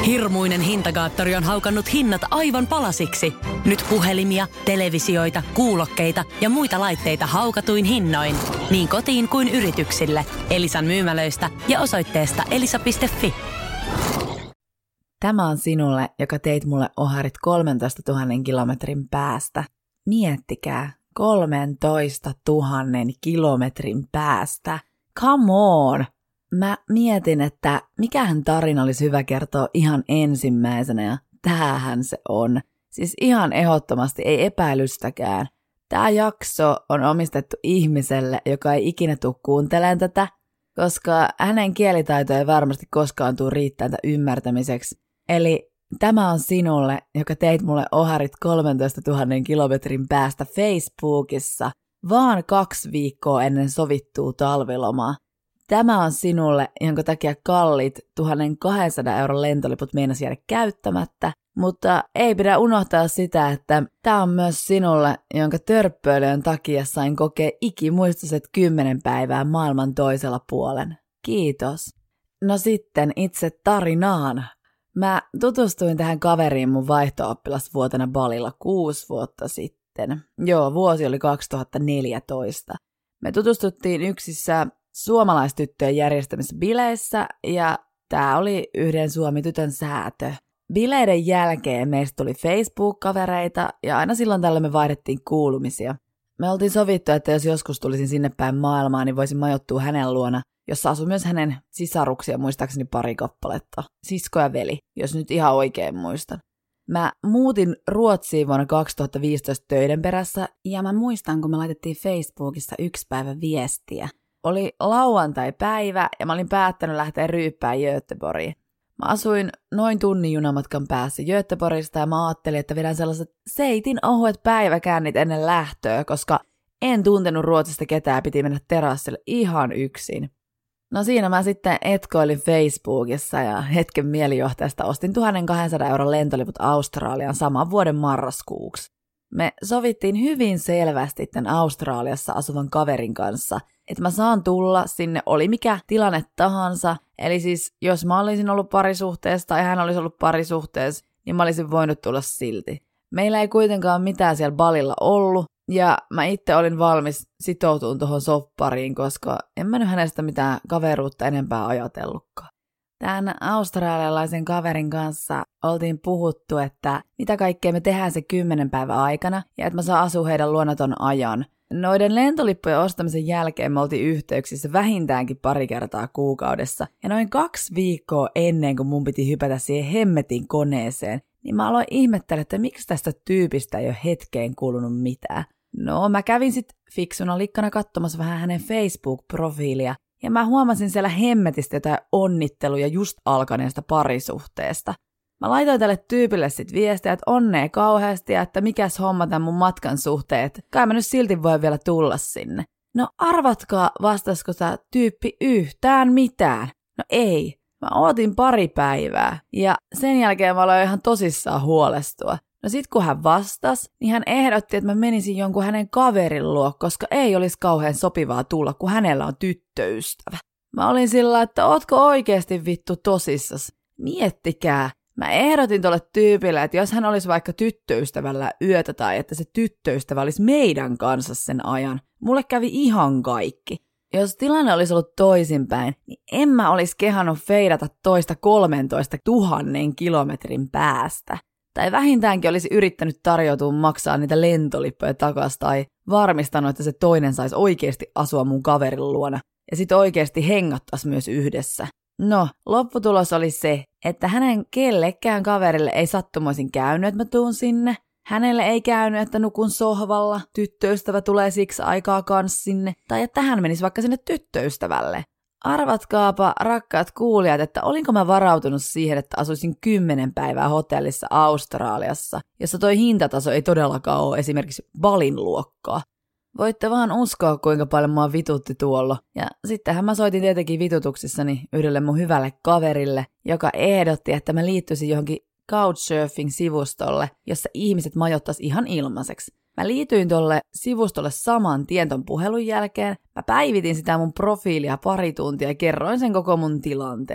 Hirmuinen hintakaattori on haukannut hinnat aivan palasiksi. Nyt puhelimia, televisioita, kuulokkeita ja muita laitteita haukatuin hinnoin. Niin kotiin kuin yrityksille. Elisan myymälöistä ja osoitteesta elisa.fi. Tämä on sinulle, joka teit mulle oharit 13 000 kilometrin päästä. Miettikää, 13 000 kilometrin päästä. Come on! Mä mietin, että mikähän tarina olisi hyvä kertoa ihan ensimmäisenä, ja tämähän se on. Siis ihan ehdottomasti, ei epäilystäkään. Tämä jakso on omistettu ihmiselle, joka ei ikinä tule kuuntelemaan tätä, koska hänen kielitaito ei varmasti koskaan tule riittävän ymmärtämiseksi. Eli tämä on sinulle, joka teit mulle oharit 13 000 kilometrin päästä Facebookissa vaan 2 viikkoa ennen sovittua talvilomaa. Tämä on sinulle, jonka takia kalliit 1200 € lentoliput meinasi jäädä käyttämättä, mutta ei pidä unohtaa sitä, että tämä on myös sinulle, jonka törppöilyn takia sain kokea ikimuistoiset 10 päivää maailman toisella puolen. Kiitos. No sitten itse tarinaan. Mä tutustuin tähän kaveriin mun vaihto-oppilasvuotena Balilla 6 vuotta sitten. Joo, vuosi oli 2014. Me tutustuttiin yksissä suomalaistyttöjen järjestämissä bileissä ja tää oli yhden suomi-tytön säätö. Bileiden jälkeen meistä tuli Facebook-kavereita ja aina silloin tällä me vaihdettiin kuulumisia. Me oltiin sovittu, että jos joskus tulisin sinne päin maailmaa, niin voisin majoittua hänen luona, jossa asui myös hänen sisaruksia, muistaakseni 2 kappaletta. Sisko ja veli, jos nyt ihan oikein muistan. Mä muutin Ruotsiin vuonna 2015 töiden perässä ja mä muistan, kun me laitettiin Facebookissa 1 päivä viestiä. Oli lauantai-päivä ja mä olin päättänyt lähteä ryyppään Göteborgiin. Mä asuin noin tunnin junamatkan päässä Göteborgista ja mä ajattelin, että vedän sellaiset seitin ohuet päiväkännit ennen lähtöä, koska en tuntenut Ruotsista ketään, piti mennä terassille ihan yksin. No siinä mä sitten etkoilin Facebookissa ja hetken mielijohteesta ostin 1200 € lentoliput Australiaan saman vuoden marraskuuksi. Me sovittiin hyvin selvästi tämän Australiassa asuvan kaverin kanssa, että mä saan tulla sinne, oli mikä tilanne tahansa. Eli siis jos mä olisin ollut parisuhteessa tai hän olisi ollut parisuhteessa, niin mä olisin voinut tulla silti. Meillä ei kuitenkaan mitään siellä Balilla ollut, ja mä itse olin valmis sitoutumaan tuohon soppariin, koska en mä nyt hänestä mitään kaveruutta enempää ajatellutkaan. Tämän australialaisen kaverin kanssa oltiin puhuttu, että mitä kaikkea me tehdään se 10 päivän aikana, ja että mä saan asua heidän luona ton ajan. Noiden lentolippujen ostamisen jälkeen me oltiin yhteyksissä vähintäänkin 2 kertaa kuukaudessa, ja noin 2 viikkoa ennen kuin mun piti hypätä siihen hemmetin koneeseen, niin mä aloin ihmettellä, että miksi tästä tyypistä ei ole hetkeen kuulunut mitään. No, mä kävin sit fiksuna likkana katsomassa vähän hänen Facebook-profiilia, ja mä huomasin siellä hemmetistä jotain onnitteluja just alkaneesta parisuhteesta. Mä laitoin tälle tyypille sit viestiä, että onnea kauheasti ja että mikäs homma tämän mun matkan suhteen, että kai mä nyt silti voi vielä tulla sinne. No arvatkaa, vastasko tää tyyppi yhtään mitään? No ei. Mä ootin 2 päivää ja sen jälkeen mä aloin ihan tosissaan huolestua. No sit kun hän vastasi, niin hän ehdotti, että mä menisin jonkun hänen kaverin luo, koska ei olisi kauhean sopivaa tulla, kun hänellä on tyttöystävä. Mä olin sillä, että ootko oikeesti vittu tosissas? Miettikää. Mä ehdotin tolle tyypille, että jos hän olisi vaikka tyttöystävällä yötä tai että se tyttöystävä olisi meidän kanssa sen ajan, mulle kävi ihan kaikki. Jos tilanne olisi ollut toisinpäin, niin en mä olisi kehannut feidata toista 13 000 kilometrin päästä. Tai vähintäänkin olisi yrittänyt tarjoutua maksaa niitä lentolippuja takaisin tai varmistanut, että se toinen saisi oikeasti asua mun kaverin luona ja sit oikeasti hengattaisi myös yhdessä. No, lopputulos oli se, että hänen kellekään kaverille ei sattumoisin käynyt, että mä tuun sinne. Hänelle ei käynyt, että nukun sohvalla, tyttöystävä tulee siksi aikaa kans sinne, tai että hän menisi vaikka sinne tyttöystävälle. Arvatkaapa, rakkaat kuulijat, että olinko mä varautunut siihen, että asuisin 10 päivää hotellissa Australiassa, jossa toi hintataso ei todellakaan ole esimerkiksi Balin luokkaa. Voitte vaan uskoa, kuinka paljon mua vitutti tuolla. Ja sittenhän mä soitin tietenkin vitutuksissani yhdelle mun hyvälle kaverille, joka ehdotti, että mä liittyisin johonkin Couchsurfing-sivustolle, jossa ihmiset majoittais ihan ilmaiseksi. Mä liityin tolle sivustolle saman tien ton puhelun jälkeen. Mä päivitin sitä mun profiilia 2 tuntia ja kerroin sen koko mun tilanteen.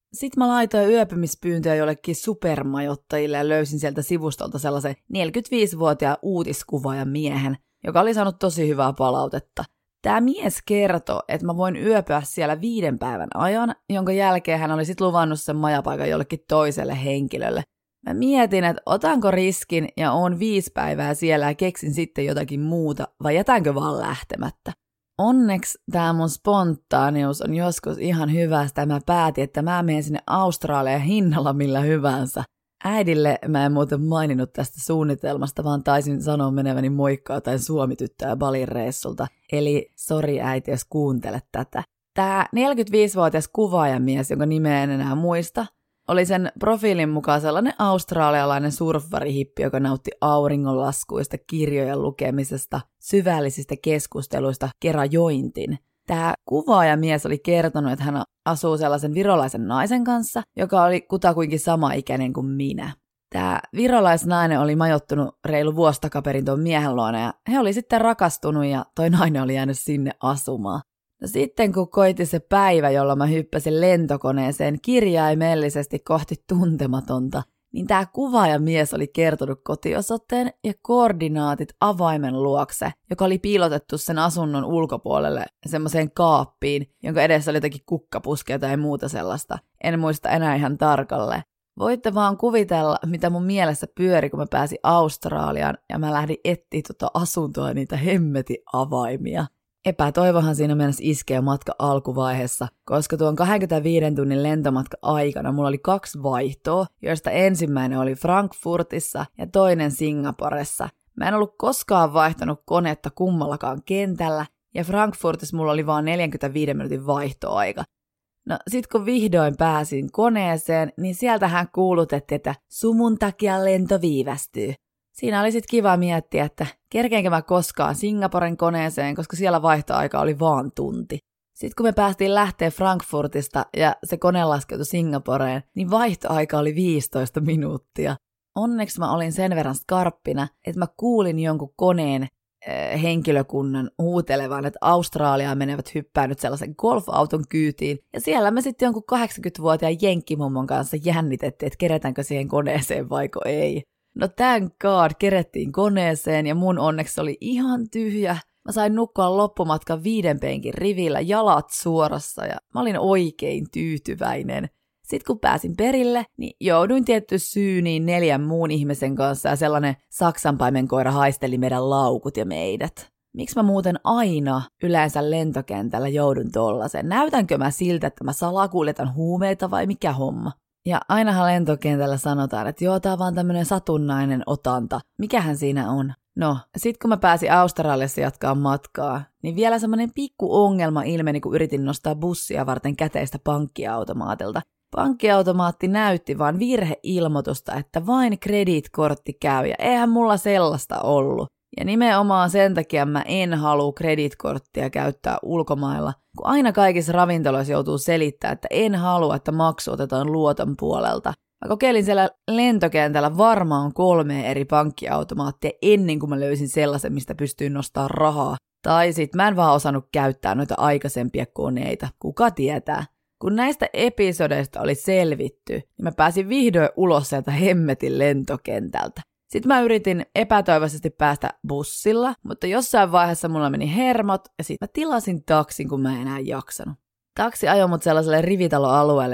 Sitten mä laitoin yöpymispyyntöjä jollekin supermajoittajille ja löysin sieltä sivustolta sellaisen 45-vuotiaan uutiskuvaajan miehen, joka oli saanut tosi hyvää palautetta. Tämä mies kertoi, että mä voin yöpyä siellä 5 päivän ajan, jonka jälkeen hän oli sitten luvannut sen majapaikan jollekin toiselle henkilölle. Mä mietin, että otanko riskin ja oon 5 päivää siellä ja keksin sitten jotakin muuta, vai jätänkö vaan lähtemättä. Onneksi tämä mun spontaanius on joskus ihan hyvästä ja mä päätin, että mä menen sinne Australiaan hinnalla millä hyvänsä. Äidille mä en muuten maininnut tästä suunnitelmasta, vaan taisin sanoa meneväni moikkaa tai Suomi-tyttöä Balin reissulta. Eli sori äiti, jos kuuntelet tätä. Tää 45-vuotias kuvaajamies, jonka nimeä en enää muista, oli sen profiilin mukaan sellainen australialainen surffarihippi, joka nautti auringonlaskuista, kirjojen lukemisesta, syvällisistä keskusteluista kerajointin. Tämä kuvaajamies oli kertonut, että hän asuu sellaisen virolaisen naisen kanssa, joka oli kutakuinkin sama ikäinen kuin minä. Tämä virolaisnainen oli majoittunut reilu vuosi takaperin tuon miehen luona ja he oli sitten rakastunut ja toi nainen oli jäänyt sinne asumaan. No sitten kun koiti se päivä, jolla mä hyppäsin lentokoneeseen kirjaimellisesti kohti tuntematonta, niin tämä kuvaajamies oli kertonut kotiosoitteen ja koordinaatit avaimen luokse, joka oli piilotettu sen asunnon ulkopuolelle semmoiseen kaappiin, jonka edessä oli jotakin kukkapuskeja tai muuta sellaista. En muista enää ihan tarkalleen. Voitte vaan kuvitella, mitä mun mielessä pyöri, kun mä pääsin Australiaan ja mä lähdin etsiä asuntoa ja niitä hemmetin avaimia. Epätoivohan siinä mennessä iskee matka alkuvaiheessa, koska tuon 25 tunnin lentomatka aikana mulla oli 2 vaihtoa, joista ensimmäinen oli Frankfurtissa ja toinen Singaporessa. Mä en ollut koskaan vaihtanut konetta kummallakaan kentällä, ja Frankfurtissa mulla oli vaan 45 minuutin vaihtoaika. No sit kun vihdoin pääsin koneeseen, niin sieltähän kuulutettiin, että sumun takia lento viivästyy. Siinä oli sitten kiva miettiä, että kerkeenkö mä koskaan Singaporen koneeseen, koska siellä vaihtoaika oli vaan tunti. Sitten kun me päästiin lähteä Frankfurtista ja se kone laskeutui Singaporeen, niin vaihtoaika oli 15 minuuttia. Onneksi mä olin sen verran skarppina, että mä kuulin jonkun koneen henkilökunnan huutelevan, että Australiaan menevät hyppää nyt sellaisen golfauton kyytiin. Ja siellä me sitten jonkun 80-vuotiaan jenkkimummon kanssa jännitettiin, että keretäänkö siihen koneeseen vaiko ei. No thank god, kerettiin koneeseen ja mun onneksi oli ihan tyhjä. Mä sain nukkua loppumatkan 5 penkin rivillä, jalat suorassa ja mä olin oikein tyytyväinen. Sitten kun pääsin perille, niin jouduin tietty syyniin 4 muun ihmisen kanssa ja sellainen saksanpaimenkoira haisteli meidän laukut ja meidät. Miksi mä muuten aina yleensä lentokentällä joudun tollasen? Näytänkö mä siltä, että mä salakuljetan huumeita vai mikä homma? Ja ainahan lentokentällä sanotaan, että joo, tää on vaan tämmönen satunnainen otanta. Mikähän siinä on? No, sit kun mä pääsin Australiassa jatkaa matkaa, niin vielä semmonen pikku ongelma ilmeni, kun yritin nostaa bussia varten käteistä pankkiautomaatilta. Pankkiautomaatti näytti vaan virheilmoitusta, että vain kreditkortti käy, ja eihän mulla sellaista ollut. Ja nimenomaan sen takia mä en halua kreditkorttia käyttää ulkomailla, kun aina kaikissa ravintoloissa joutuu selittämään, että en halua, että maksu otetaan luoton puolelta. Mä kokeilin siellä lentokentällä varmaan 3 eri pankkiautomaattia ennen kuin mä löysin sellaisen, mistä pystyin nostamaan rahaa. Tai sit mä en vaan osannut käyttää noita aikaisempia koneita, kuka tietää. Kun näistä episodeista oli selvitty, niin mä pääsin vihdoin ulos sieltä hemmetin lentokentältä. Sitten mä yritin epätoivoisesti päästä bussilla, mutta jossain vaiheessa mulla meni hermot ja sitten mä tilasin taksin, kun mä en enää jaksanut. Taksi ajoi mut sellaiselle rivitaloalueelle,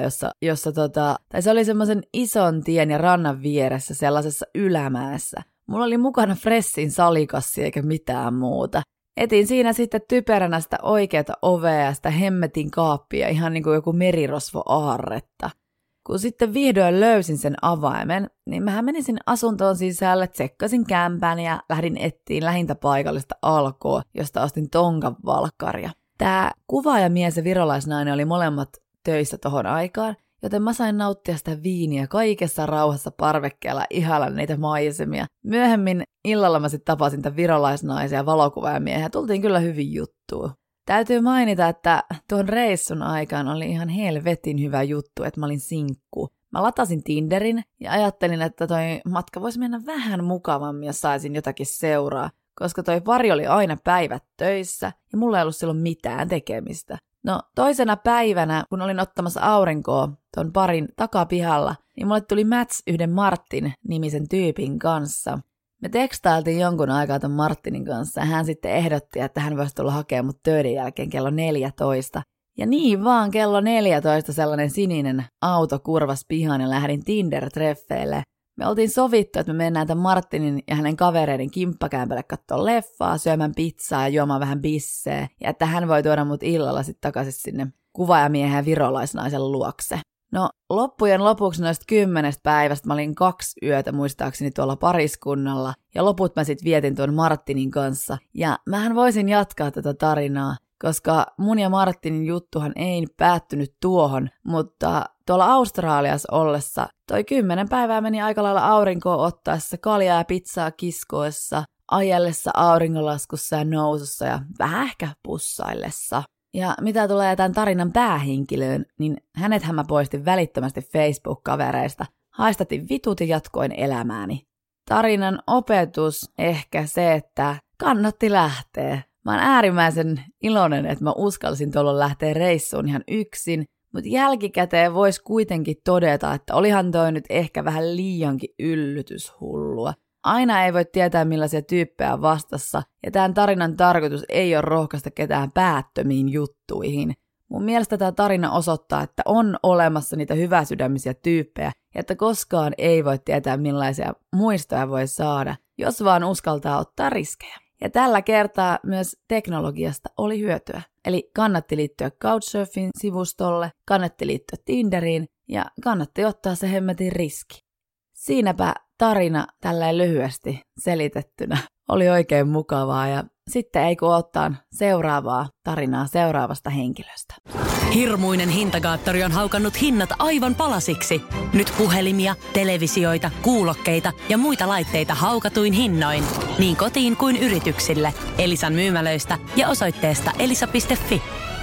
tai se oli semmoisen ison tien ja rannan vieressä sellaisessa ylämäessä. Mulla oli mukana Freshin salikassi eikä mitään muuta. Etin siinä sitten typeränä sitä oikeata ovea ja sitä hemmetin kaappia ihan niin kuin joku merirosvo-aarretta. Kun sitten vihdoin löysin sen avaimen, niin mähän menin sinne asuntoon sisälle, tsekkasin kämpän ja lähdin etsiin lähintä paikallista Alkoa, josta ostin tonkan valkkaria. Tää kuvaajamies ja virolaisnainen oli molemmat töissä tohon aikaan, joten mä sain nauttia sitä viiniä kaikessa rauhassa parvekkeella ihailla niitä maisemia. Myöhemmin illalla mä sitten tapasin tämän virolaisnaisia ja valokuvaajamiehiä ja tultiin kyllä hyvin juttuun. Täytyy mainita, että tuon reissun aikaan oli ihan helvetin hyvä juttu, että mä olin sinkku. Mä latasin Tinderin ja ajattelin, että toi matka voisi mennä vähän mukavammin, jos saisin jotakin seuraa, koska toi pari oli aina päivät töissä ja mulla ei ollut silloin mitään tekemistä. No toisena päivänä, kun olin ottamassa aurinkoa ton parin takapihalla, niin mulle tuli match yhden Martin-nimisen tyypin kanssa. Me tekstailtiin jonkun aikaa ton Martinin kanssa ja hän sitten ehdotti, että hän voisi tulla hakemaan mut töiden jälkeen kello 14. Ja niin vaan kello 14 sellainen sininen auto kurvasi pihaan ja lähdin Tinder-treffeille. Me oltiin sovittu, että me mennään tämän Martinin ja hänen kavereiden kimppakämpälle katsoa leffaa, syömään pizzaa ja juomaan vähän bisseä. Ja että hän voi tuoda mut illalla sitten takaisin sinne kuvaajamiehen ja virolaisnaisen luokse. No loppujen lopuksi noista 10 päivästä mä olin 2 yötä muistaakseni tuolla pariskunnalla. Ja loput mä sitten vietin tuon Martinin kanssa. Ja mähän voisin jatkaa tätä tarinaa, koska mun ja Martinin juttuhan ei päättynyt tuohon, mutta tuolla Australiassa ollessa toi 10 päivää meni aika lailla aurinkoa ottaessa, kaljaa ja pizzaa kiskoessa, ajellessa auringonlaskussa ja nousussa ja vähän ehkä pussaillessa. Ja mitä tulee tämän tarinan päähenkilöön, niin hänethän mä poistin välittömästi Facebook-kavereista, haistatin vitut ja jatkoin elämääni. Tarinan opetus ehkä se, että kannatti lähteä. Mä oon äärimmäisen iloinen, että mä uskalsin tuolloin lähteä reissuun ihan yksin, mutta jälkikäteen voisi kuitenkin todeta, että olihan toi nyt ehkä vähän liiankin yllytyshullua. Aina ei voi tietää millaisia tyyppejä on vastassa, ja tämän tarinan tarkoitus ei ole rohkaista ketään päättömiin juttuihin. Mun mielestä tämä tarina osoittaa, että on olemassa niitä hyväsydämisiä tyyppejä, ja että koskaan ei voi tietää millaisia muistoja voi saada, jos vaan uskaltaa ottaa riskejä. Ja tällä kertaa myös teknologiasta oli hyötyä. Eli kannatti liittyä Couchsurfin sivustolle, kannatti liittyä Tinderiin ja kannatti ottaa se hemmetin riski. Siinäpä tarina tälleen lyhyesti selitettynä oli oikein mukavaa ja sitten ei kun ottaa seuraavaa tarinaa seuraavasta henkilöstä. Hirmuinen hintakaattori on haukannut hinnat aivan palasiksi. Nyt puhelimia, televisioita, kuulokkeita ja muita laitteita haukatuin hinnoin. Niin kotiin kuin yrityksille. Elisan myymälöistä ja osoitteesta elisa.fi.